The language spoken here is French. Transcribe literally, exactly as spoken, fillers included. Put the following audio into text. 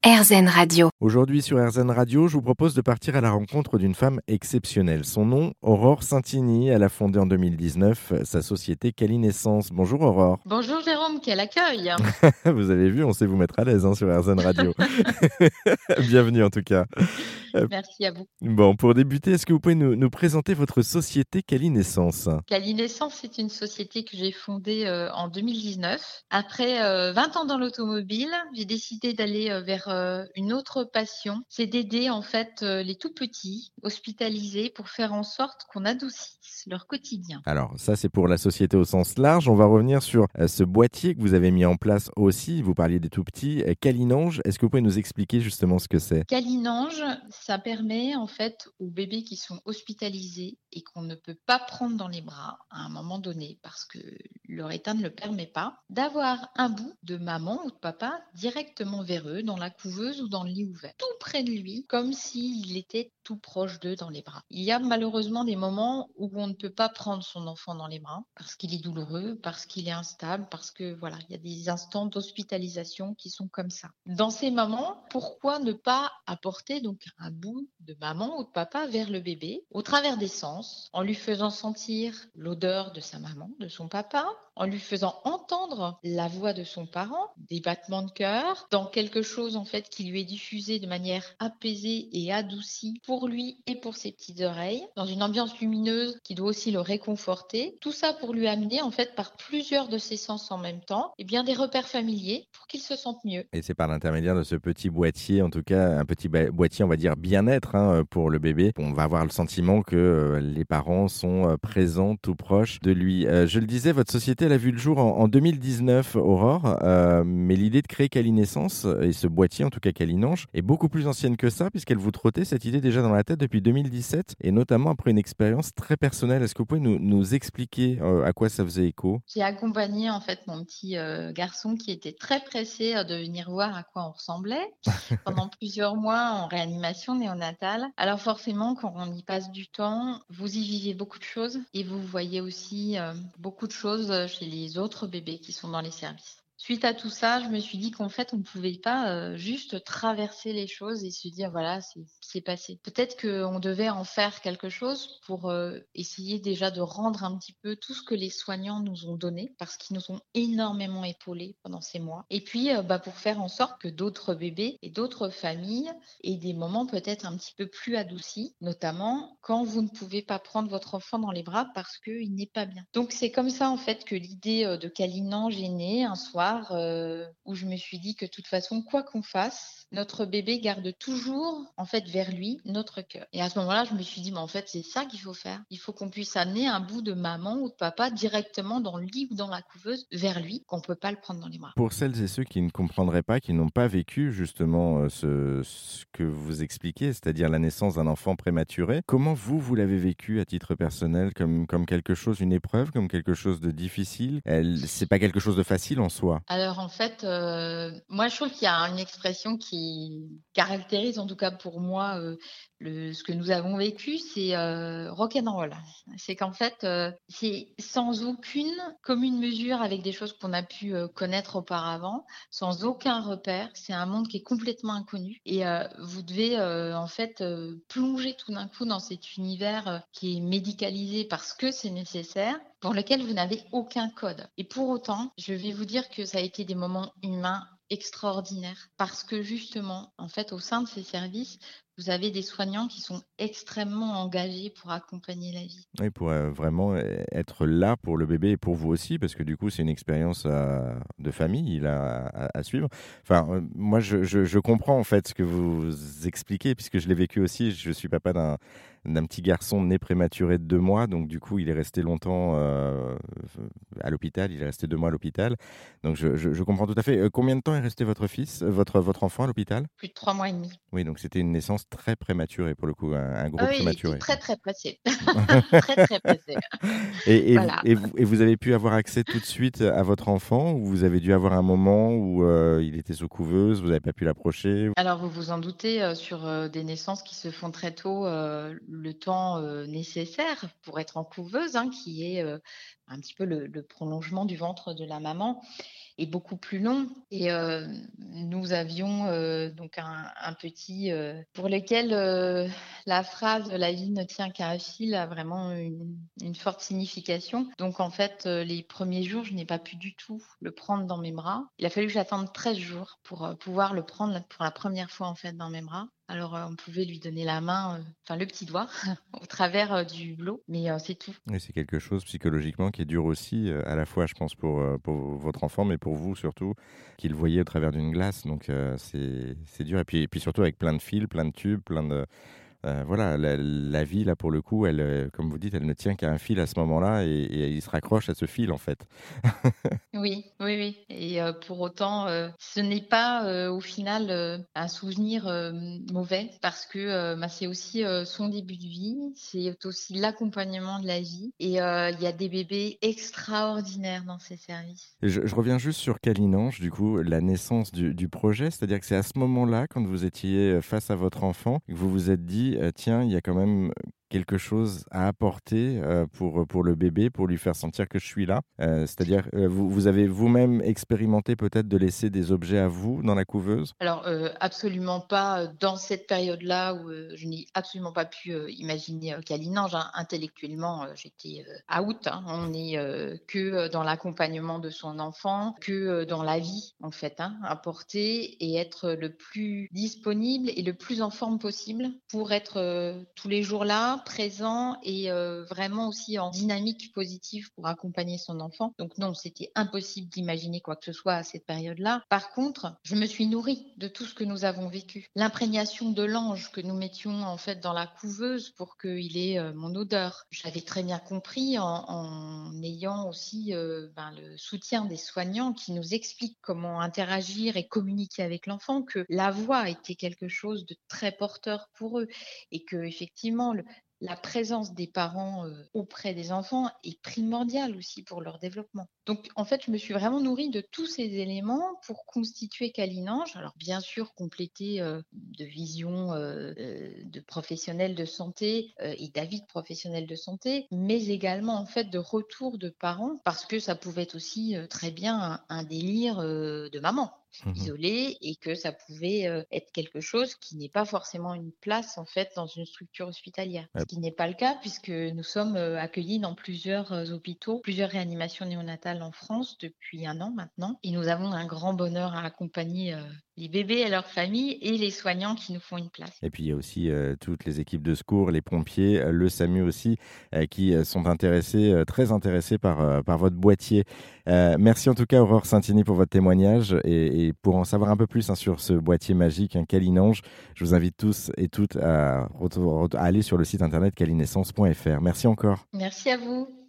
RZN Radio. Aujourd'hui sur RZN Radio, je vous propose de partir à la rencontre d'une femme exceptionnelle. Son nom, Aurore Saintigny. Elle a fondé en deux mille dix-neuf sa société Qualinescence. Bonjour Aurore. Bonjour Jérôme, quel accueil. Vous avez vu, on sait vous mettre à l'aise hein, sur RZN Radio. Bienvenue en tout cas. Merci à vous. Bon, pour débuter, est-ce que vous pouvez nous, nous présenter votre société Qualinescence ? Qualinescence, c'est une société que j'ai fondée euh, en deux mille dix-neuf. Après euh, vingt ans dans l'automobile, j'ai décidé d'aller euh, vers euh, une autre passion. C'est d'aider en fait euh, les tout petits hospitalisés pour faire en sorte qu'on adoucisse leur quotidien. Alors ça, c'est pour la société au sens large. On va revenir sur euh, ce boîtier que vous avez mis en place aussi. Vous parliez des tout petits. Euh, Calinange, est-ce que vous pouvez nous expliquer justement ce que c'est ? Calinange, ça permet en fait aux bébés qui sont hospitalisés et qu'on ne peut pas prendre dans les bras à un moment donné parce que leur état ne le permet pas, d'avoir un bout de maman ou de papa directement vers eux dans la couveuse ou dans le lit ouvert, tout près de lui, comme s'il était tout proche d'eux dans les bras. Il y a malheureusement des moments où on ne peut pas prendre son enfant dans les bras parce qu'il est douloureux, parce qu'il est instable, parce que voilà, il y a des instants d'hospitalisation qui sont comme ça. Dans ces moments, pourquoi ne pas apporter donc un bout de maman ou de papa vers le bébé au travers des sens, en lui faisant sentir l'odeur de sa maman, de son papa, en lui faisant entendre la voix de son parent, des battements de cœur, dans quelque chose en fait qui lui est diffusé de manière apaisée et adoucie pour lui et pour ses petites oreilles, dans une ambiance lumineuse qui doit aussi le réconforter. Tout ça pour lui amener en fait par plusieurs de ses sens en même temps, et bien des repères familiers pour qu'il se sente mieux. Et c'est par l'intermédiaire de ce petit boîtier, en tout cas un petit ba- boîtier, on va dire bien-être hein, pour le bébé. On va avoir le sentiment que euh, les parents sont euh, présents, tout proches de lui. Euh, je le disais, votre société elle a vu le jour en, en deux mille dix-neuf, Aurore, euh, mais l'idée de créer Qualinescence et ce boîtier, en tout cas Qualinange, est beaucoup plus ancienne que ça, puisqu'elle vous trottait cette idée déjà dans la tête depuis deux mille dix-sept, et notamment après une expérience très personnelle. Est-ce que vous pouvez nous, nous expliquer euh, à quoi ça faisait écho ? J'ai accompagné en fait mon petit euh, garçon qui était très pressé euh, de venir voir à quoi on ressemblait pendant plusieurs mois en réanimation néonatale. Alors forcément, quand on y passe du temps, vous y vivez beaucoup de choses et vous voyez aussi euh, beaucoup de choses chez les autres bébés qui sont dans les services. Suite à tout ça, je me suis dit qu'en fait, on ne pouvait pas euh, juste traverser les choses et se dire, voilà, c'est, c'est passé. Peut-être qu'on devait en faire quelque chose pour euh, essayer déjà de rendre un petit peu tout ce que les soignants nous ont donné, parce qu'ils nous ont énormément épaulés pendant ces mois. Et puis, euh, bah, pour faire en sorte que d'autres bébés et d'autres familles aient des moments peut-être un petit peu plus adoucis, notamment quand vous ne pouvez pas prendre votre enfant dans les bras parce qu'il n'est pas bien. Donc, c'est comme ça, en fait, que l'idée euh, de Qualinange est née un soir. Euh, où je me suis dit que de toute façon, quoi qu'on fasse, notre bébé garde toujours en fait vers lui notre cœur. Et à ce moment-là, je me suis dit, mais en fait, c'est ça qu'il faut faire. Il faut qu'on puisse amener un bout de maman ou de papa directement dans le lit ou dans la couveuse vers lui, qu'on peut pas le prendre dans les bras. Pour celles et ceux qui ne comprendraient pas, qui n'ont pas vécu justement euh, ce, ce que vous expliquez, c'est-à-dire la naissance d'un enfant prématuré, comment vous, vous l'avez vécu à titre personnel, comme, comme quelque chose, une épreuve, comme quelque chose de difficile ? Elle, c'est pas quelque chose de facile en soi. Alors en fait, euh, moi je trouve qu'il y a une expression qui caractérise en tout cas pour moi euh, le, ce que nous avons vécu, c'est euh, rock'n'roll. C'est qu'en fait, euh, c'est sans aucune commune mesure avec des choses qu'on a pu euh, connaître auparavant, sans aucun repère. C'est un monde qui est complètement inconnu et euh, vous devez euh, en fait euh, plonger tout d'un coup dans cet univers euh, qui est médicalisé parce que c'est nécessaire, pour lequel vous n'avez aucun code. Et pour autant, je vais vous dire que ça a été des moments humains extraordinaires parce que justement, en fait, au sein de ces services, vous avez des soignants qui sont extrêmement engagés pour accompagner la vie. Oui, pour euh, vraiment euh, être là pour le bébé et pour vous aussi, parce que du coup, c'est une expérience euh, de famille là, à, à suivre. Enfin, euh, moi, je, je, je comprends en fait ce que vous expliquez, puisque je l'ai vécu aussi. Je suis papa d'un d'un petit garçon né prématuré de deux mois, donc du coup, il est resté longtemps euh, à l'hôpital. Il est resté deux mois à l'hôpital, donc je, je, je comprends tout à fait. Euh, combien de temps est resté votre fils, euh, votre votre enfant à l'hôpital ? Plus de trois mois et demi. Oui, donc c'était une naissance très prématurée pour le coup, un, un gros Ah oui, il était prématuré. très très pressé. Très très pressé. Et, et, vous, Voilà. et, vous, et vous avez pu avoir accès tout de suite à votre enfant, ou vous avez dû avoir un moment où euh, il était sous couveuse, vous n'avez pas pu l'approcher ? Alors, vous vous en doutez, euh, sur euh, des naissances qui se font très tôt, euh, le temps euh, nécessaire pour être en couveuse, hein, qui est euh, un petit peu le, le prolongement du ventre de la maman, est beaucoup plus long. Et euh, nous avions euh, donc un, un petit euh, pour lequel euh, la phrase «la vie ne tient qu'à un fil» a vraiment une, une forte signification. Donc en fait, euh, les premiers jours, je n'ai pas pu du tout le prendre dans mes bras. Il a fallu que j'attende treize jours pour euh, pouvoir le prendre pour la première fois en fait dans mes bras. Alors, euh, on pouvait lui donner la main, euh, enfin le petit doigt, au travers euh, du hublot, mais euh, c'est tout. Et c'est quelque chose psychologiquement qui est dur aussi, euh, à la fois, je pense, pour, euh, pour votre enfant, mais pour vous surtout, qui le voyez au travers d'une glace. Donc, euh, c'est c'est dur. Et puis, et puis surtout avec plein de fils, plein de tubes, plein de. Euh, voilà, la, la vie, là, pour le coup, elle, euh, comme vous dites, elle ne tient qu'à un fil à ce moment-là et, et il se raccroche à ce fil, en fait. Oui, oui, oui. Et euh, pour autant, euh, ce n'est pas euh, au final euh, un souvenir euh, mauvais parce que euh, bah, c'est aussi euh, son début de vie, c'est aussi l'accompagnement de la vie. Et euh, il y a des bébés extraordinaires dans ces services. Et Je, je reviens juste sur Calinange, du coup, la naissance du, du projet, c'est-à-dire que c'est à ce moment-là, quand vous étiez face à votre enfant, que vous vous êtes dit, euh, tiens, il y a quand même quelque chose à apporter euh, pour, pour le bébé, pour lui faire sentir que je suis là. Euh, c'est-à-dire, euh, vous, vous avez vous-même expérimenté peut-être de laisser des objets à vous dans la couveuse? Alors, heu, absolument pas, heu, dans cette période-là où, heu, je n'ai absolument pas pu, heu, imaginer, heu, Câlinange, hein. Intellectuellement, heu, j'étais, heu, out, hein. On est, heu, que, heu, dans l'accompagnement de son enfant, que, heu, dans la vie, en fait, hein. Apporter et être le plus disponible et le plus en forme possible pour être, heu, tous les jours là, présent et heu, vraiment aussi en dynamique positive pour accompagner son enfant. Donc non, c'était impossible d'imaginer quoi que ce soit à cette période-là. Par contre, je me suis nourrie de tout ce que nous avons vécu. L'imprégnation de l'ange que nous mettions en fait dans la couveuse pour qu'il ait euh, mon odeur. J'avais très bien compris en, en ayant aussi euh, ben, le soutien des soignants qui nous expliquent comment interagir et communiquer avec l'enfant, que la voix était quelque chose de très porteur pour eux et que effectivement le, la présence des parents euh, auprès des enfants est primordiale aussi pour leur développement. Donc, en fait, je me suis vraiment nourrie de tous ces éléments pour constituer Câlinange. Alors, bien sûr, complété euh, de vision euh, euh, de professionnels de santé euh, et d'avis de professionnels de santé, mais également, en fait, de retour de parents, parce que ça pouvait être aussi euh, très bien un, un délire euh, de maman Mhm. isolée et que ça pouvait euh, être quelque chose qui n'est pas forcément une place en fait dans une structure hospitalière. Ce qui n'est pas le cas puisque nous sommes euh, accueillis dans plusieurs euh, hôpitaux, plusieurs réanimations néonatales en France depuis un an maintenant et nous avons un grand bonheur à accompagner euh, les bébés et leurs familles et les soignants qui nous font une place. Et puis il y a aussi euh, toutes les équipes de secours, les pompiers, euh, le SAMU aussi, euh, qui euh, sont intéressés, euh, très intéressés par, euh, par votre boîtier. Euh, merci en tout cas Aurore Santini pour votre témoignage et, et pour en savoir un peu plus hein, sur ce boîtier magique, un Câlinange, je vous invite tous et toutes à, à aller sur le site internet câlinescence point f r. Merci encore. Merci à vous.